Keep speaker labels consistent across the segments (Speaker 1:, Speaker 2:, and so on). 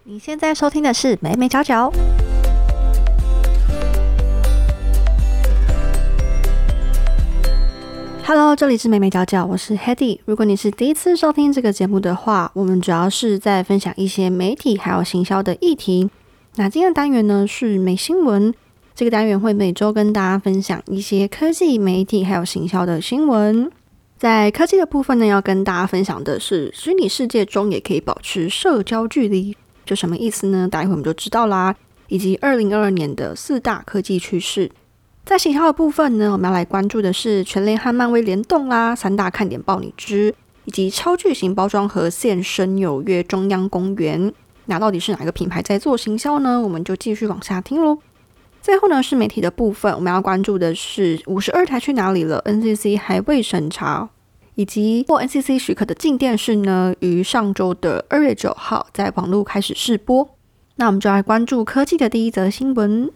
Speaker 1: 你现在收听的是美美角角。Hello， 这里是美美角角，我是 Hedy。如果你是第一次收听这个节目的话，我们主要是在分享一些媒体还有行销的议题。那今天的单元呢是美新闻，这个单元会每周跟大家分享一些科技、媒体还有行销的新闻。在科技的部分呢，要跟大家分享的是虚拟世界中也可以保持社交距离，这什么意思呢？待会我们就知道啦。以及2022年的4大科技趋势。在行销的部分呢，我们要来关注的是全联和漫威联动啦，3大看点爆你知，以及超巨型包装盒现身纽约中央公园。那到底是哪个品牌在做行销呢？我们就继续往下听咯。最后呢是媒体的部分，我们要关注的是52台去哪里了 NCC 还未审查，以及获 NCC 许可的静电视呢于上周的2月9号在网络开始试播。那我们就来关注科技的第一则新闻。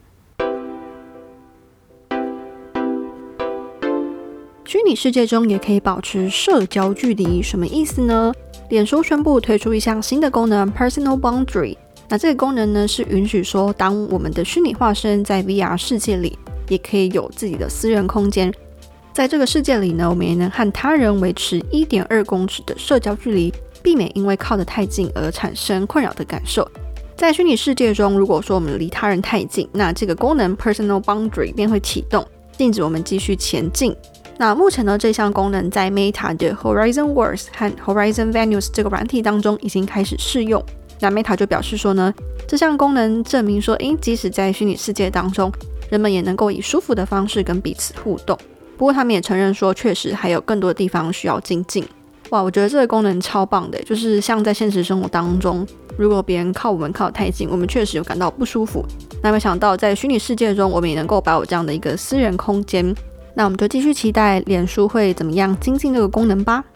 Speaker 1: 虚拟世界中也可以保持社交距离，什么意思呢？脸书宣布推出一项新的功能 Personal Boundary。那这个功能呢是允许说，当我们的虚拟化身在 VR 世界里也可以有自己的私人空间，在这个世界里呢，我们也能和他人维持 1.2 公尺的社交距离，避免因为靠得太近而产生困扰的感受。在虚拟世界中，如果说我们离他人太近，那这个功能 Personal Boundary 便会启动，禁止我们继续前进。那目前呢，这项功能在 Meta 的 Horizon Worlds 和 Horizon Venues 这个软体当中已经开始试用。那 Meta 就表示说呢，这项功能证明说，即使在虚拟世界当中，人们也能够以舒服的方式跟彼此互动。不过他们也承认说，确实还有更多的地方需要精进。哇，我觉得这个功能超棒的，就是像在现实生活当中，如果别人靠我们靠得太近，我们确实有感到不舒服。那没想到在虚拟世界中，我们也能够保有这样的一个私人空间。那我们就继续期待脸书会怎么样精进这个功能吧。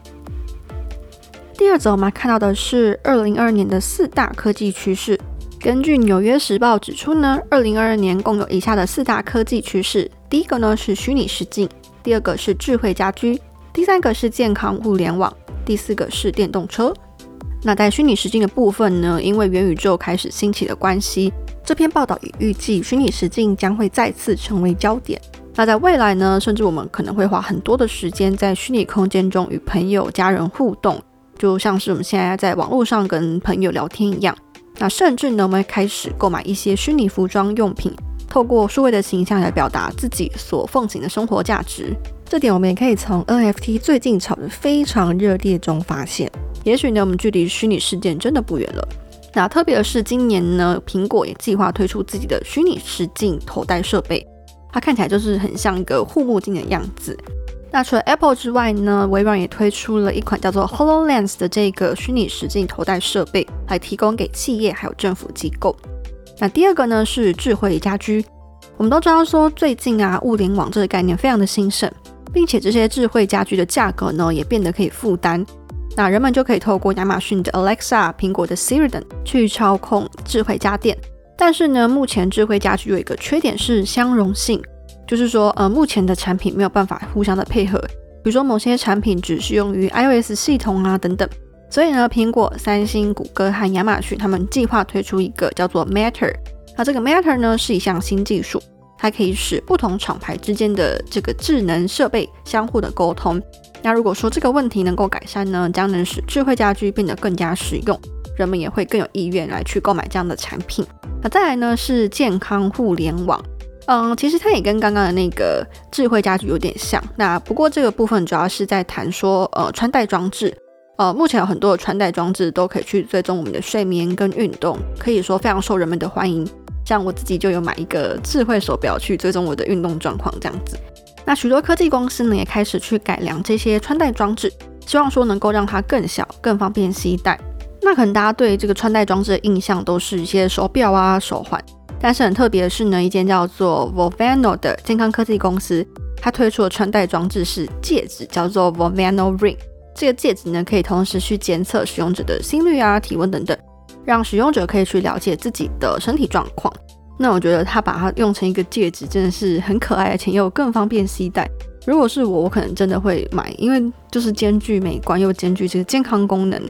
Speaker 1: 第二则我们看到的是2022年的4大科技趋势。根据纽约时报指出呢，2022年共有以下的4大科技趋势。第一个呢是虚拟实境，第二个是智慧家居，第三个是健康互联网，第四个是电动车。那在虚拟实境的部分呢，因为元宇宙开始兴起的关系，这篇报道也预计虚拟实境将会再次成为焦点。那在未来呢，甚至我们可能会花很多的时间在虚拟空间中与朋友、家人互动，就像是我们现在在网络上跟朋友聊天一样。那甚至呢，我们会开始购买一些虚拟服装用品，透过数位的形象来表达自己所奉行的生活价值。这点我们也可以从 NFT 最近炒得非常热烈中发现。也许呢，我们距离虚拟世界真的不远了。那特别的是，今年呢，苹果也计划推出自己的虚拟实境头戴设备，它看起来就是很像一个护目镜的样子。那除了 Apple 之外呢，微软也推出了一款叫做 HoloLens 的这个虚拟实境头戴设备，来提供给企业还有政府机构。那第二个呢是智慧家居。我们都知道说，最近物联网这个概念非常的兴盛，并且这些智慧家居的价格呢也变得可以负担。那人们就可以透过亚马逊的 Alexa、苹果的 Siri 等去操控智慧家电。但是呢，目前智慧家居有一个缺点是相容性，就是说目前的产品没有办法互相的配合，比如说某些产品只适用于 iOS 系统等等。所以呢，苹果、三星、谷歌和亚马逊他们计划推出一个叫做 Matter。那这个 Matter 呢是一项新技术，它可以使不同厂牌之间的这个智能设备相互的沟通。那如果说这个问题能够改善呢，将能使智慧家居变得更加实用，人们也会更有意愿来去购买这样的产品。那再来呢是健康互联网。其实它也跟刚刚的那个智慧家居有点像。那不过这个部分主要是在谈说穿戴装置。目前有很多的穿戴装置都可以去追踪我们的睡眠跟运动，可以说非常受人们的欢迎。像我自己就有买一个智慧手表去追踪我的运动状况这样子。那许多科技公司呢也开始去改良这些穿戴装置，希望说能够让它更小、更方便携带。那可能大家对这个穿戴装置的印象都是一些手表手环，但是很特别的是呢，一间叫做 Vivano 的健康科技公司，它推出的穿戴装置是戒指，叫做 Vivano Ring。这个戒指呢可以同时去监测使用者的心率体温等等，让使用者可以去了解自己的身体状况。那我觉得它把它用成一个戒指真的是很可爱，而且又更方便携带。如果是我可能真的会买，因为就是兼具美观又兼具这个健康功能，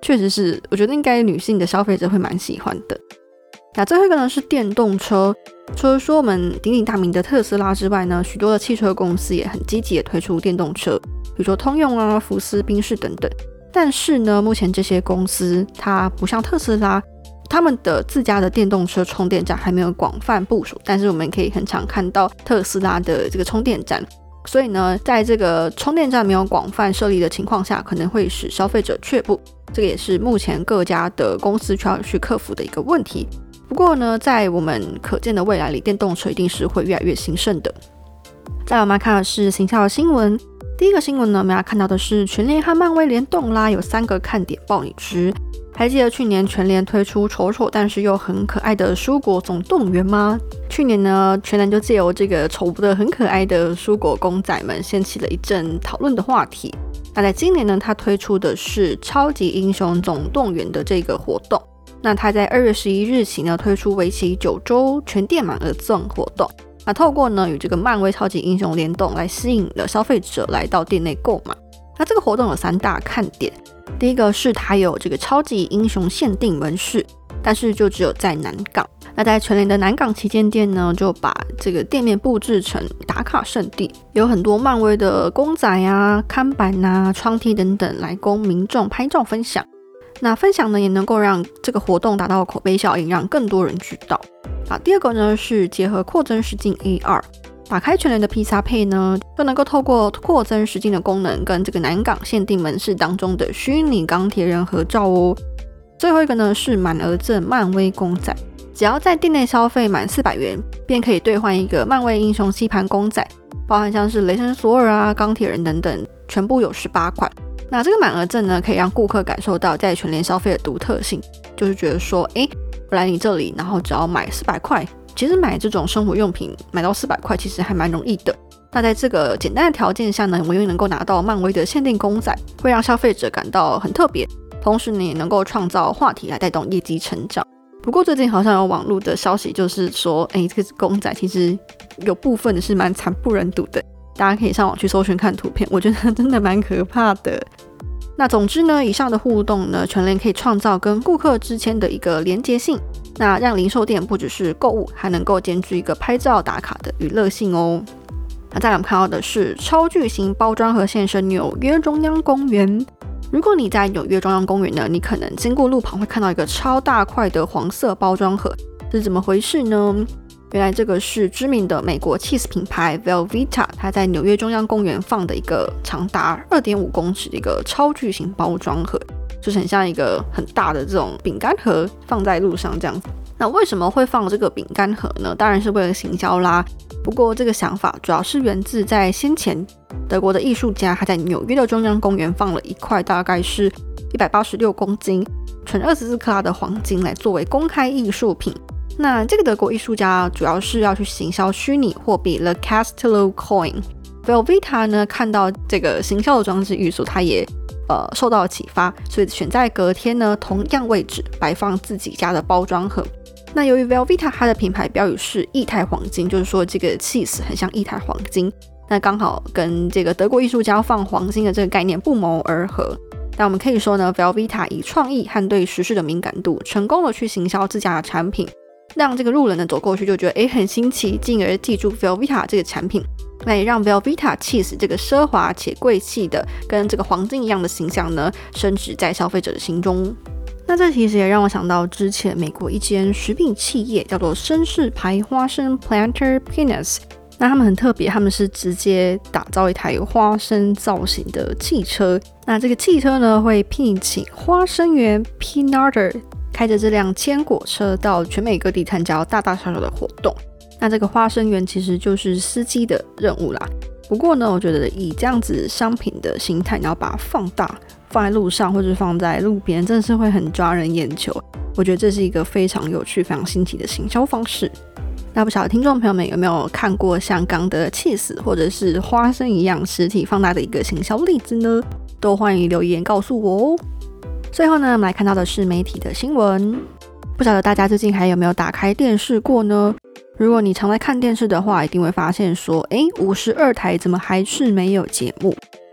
Speaker 1: 确实是我觉得应该女性的消费者会蛮喜欢的。那最后一个呢是电动车，除了说我们鼎鼎大名的特斯拉之外呢，许多的汽车公司也很积极的推出电动车，比如说通用啊、福斯、宾士等等。但是呢，目前这些公司它不像特斯拉，他们的自家的电动车充电站还没有广泛部署，但是我们可以很常看到特斯拉的这个充电站。所以呢，在这个充电站没有广泛设立的情况下，可能会使消费者却步，这个也是目前各家的公司需要去克服的一个问题。不过呢，在我们可见的未来里，电动车一定是会越来越兴盛的。再来我们来看的是行销的新闻。第一个新闻呢，我们要看到的是全联和漫威联动啦，有3个看点爆你知。还记得去年全联推出丑丑但是又很可爱的蔬果总动员吗？去年呢，全联就借由这个丑的很可爱的蔬果公仔们，掀起了一阵讨论的话题。那在今年呢，它推出的是超级英雄总动员的这个活动。那它在2月11日起呢，推出为期9周全店满额赠活动。那透过呢与这个漫威超级英雄联动，来吸引了消费者来到店内购买。那这个活动有3大看点，第一个是它有这个超级英雄限定门市，但是就只有在南港。那在全联的南港旗舰店呢，就把这个店面布置成打卡圣地，有很多漫威的公仔啊、看板啊、窗贴等等，来供民众拍照分享。那分享呢，也能够让这个活动达到口碑效应，让更多人知道。第二个呢是结合扩增实境 AR， 打开全联的披萨配呢，就能够透过扩增实境的功能，跟这个南港限定门市当中的虚拟钢铁人合照哦。最后一个呢是满额赠漫威公仔，只要在店内消费满400元，便可以兑换一个漫威英雄吸盘公仔，包含像是雷神索尔啊、钢铁人等等，全部有18款。那这个满额赠呢，可以让顾客感受到在全联消费的独特性，就是觉得说，我来你这里，然后只要买400块，其实买这种生活用品买到400块，其实还蛮容易的。那在这个简单的条件下呢，我们又能够拿到漫威的限定公仔，会让消费者感到很特别，同时呢，也能够创造话题来带动业绩成长。不过最近好像有网络的消息，就是说，这个公仔其实有部分的是蛮惨不忍睹的。大家可以上网去搜寻看图片，我觉得真的蛮可怕的。那总之呢，以上的互动呢，全联可以创造跟顾客之间的一个连结性，那让零售店不只是购物，还能够兼具一个拍照打卡的娱乐性哦。那再来我们看到的是超巨型包装盒现身纽约中央公园。如果你在纽约中央公园呢，你可能经过路旁会看到一个超大块的黄色包装盒，这是怎么回事呢？原来这个是知名的美国 cheese 品牌 Velveeta， 它在纽约中央公园放的一个长达 2.5 公尺的一个超巨型包装盒，就是很像一个很大的这种饼干盒放在路上这样子。那为什么会放这个饼干盒呢？当然是为了行销啦。不过这个想法主要是源自在先前德国的艺术家，他在纽约的中央公园放了一块大概是186公斤纯24克拉的黄金来作为公开艺术品。那这个德国艺术家主要是要去行销虚拟货币 The Castillo Coin。Velveeta 呢看到这个行销的装置艺术，他也受到了启发，所以选在隔天呢同样位置摆放自己家的包装盒。那由于 Velveeta 它的品牌标语是液态黄金，就是说这个 cheese 很像液态黄金，那刚好跟这个德国艺术家放黄金的这个概念不谋而合。那我们可以说呢 Velveeta 以创意和对时事的敏感度，成功的去行销自家的产品，让这个路人呢走过去就觉得很新奇，进而记住 Velveeta 这个产品，那也让 Velveeta cheese 这个奢华且贵气的跟这个黄金一样的形象呢升值在消费者的心中。那这其实也让我想到之前美国一间食品企业叫做绅士牌花生 Planter Peanuts， 那他们很特别，他们是直接打造一台花生造型的汽车，那这个汽车呢会聘请花生园 Peanutter，开着这辆坚果车到全美各地参加大大小小的活动。那这个花生园其实就是司机的任务啦。不过呢，我觉得以这样子商品的形态，你要把它放大，放在路上或者放在路边，真的是会很抓人眼球。我觉得这是一个非常有趣、非常新奇的行销方式。那不晓得听众朋友们有没有看过像刚的 cheese 或者是花生一样实体放大的一个行销例子呢？都欢迎留言告诉我哦。最后呢，我们来看到的是媒体的新闻。不晓得大家最近还有没有打开电视过呢？如果你常在看电视的话，一定会发现说，52台怎么还是没有节目？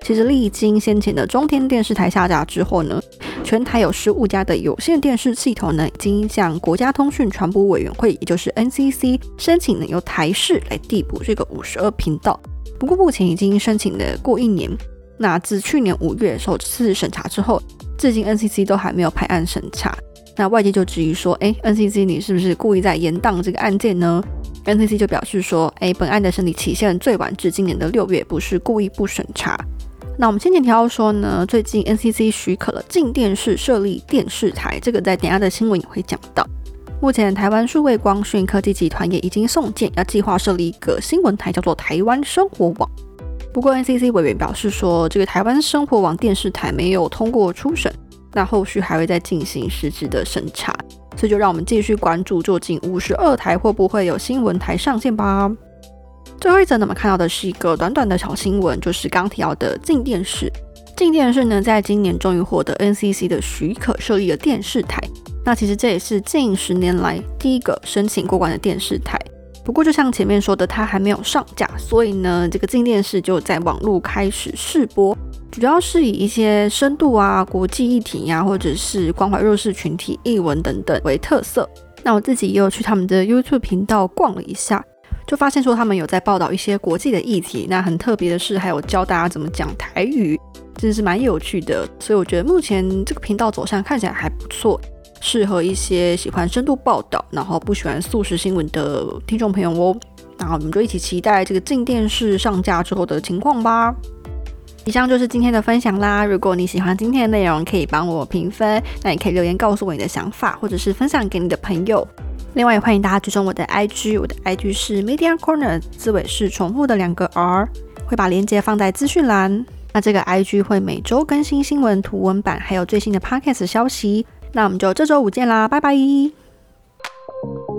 Speaker 1: 其实历经先前的中天电视台下架之后呢，全台有15家的有线电视系统呢，已经向国家通讯传播委员会，也就是 NCC 申请呢由台视来递补这个52频道。不过目前已经申请了过1年，那自去年5月首次审查之后，至今 NCC 都还没有拍案审查。那外界就质疑说，NCC 你是不是故意在延宕这个案件呢？ NCC 就表示说，本案的审理期限最晚至今年的6月，不是故意不审查。那我们先前提到说呢，最近 NCC 许可了静电视设立电视台，这个在等一下的新闻也会讲到。目前台湾数位光讯科技集团也已经送件，要计划设立一个新闻台，叫做台湾生活网。不过 NCC 委员表示说，这个台湾生活网电视台没有通过初审，那后续还会再进行实质的审查，所以就让我们继续关注究竟52台会不会有新闻台上线吧。最后一则呢，我们看到的是一个短短的小新闻，就是刚提到的静电视。静电视呢，在今年终于获得 NCC 的许可，设立了电视台。那其实这也是近10年来第一个申请过关的电视台。不过就像前面说的，它还没有上架，所以呢，这个静电视就在网络开始试播，主要是以一些深度啊、国际议题啊，或者是关怀弱势群体、艺文等等为特色。那我自己也有去他们的 YouTube 频道逛了一下，就发现说他们有在报道一些国际的议题，那很特别的是还有教大家怎么讲台语，真的是蛮有趣的。所以我觉得目前这个频道走向看起来还不错，适合一些喜欢深度报道然后不喜欢速食新闻的听众朋友哦。那我们就一起期待这个静电视上架之后的情况吧。以上就是今天的分享啦，如果你喜欢今天的内容，可以帮我评分，那也可以留言告诉我你的想法，或者是分享给你的朋友。另外也欢迎大家追踪我的 IG， 我的 IG 是 Media Corner， 字尾是重复的2个 R， 会把连结放在资讯栏。那这个 IG 会每周更新新闻图文版，还有最新的 Podcast 消息。那我们就这周5见啦，拜拜。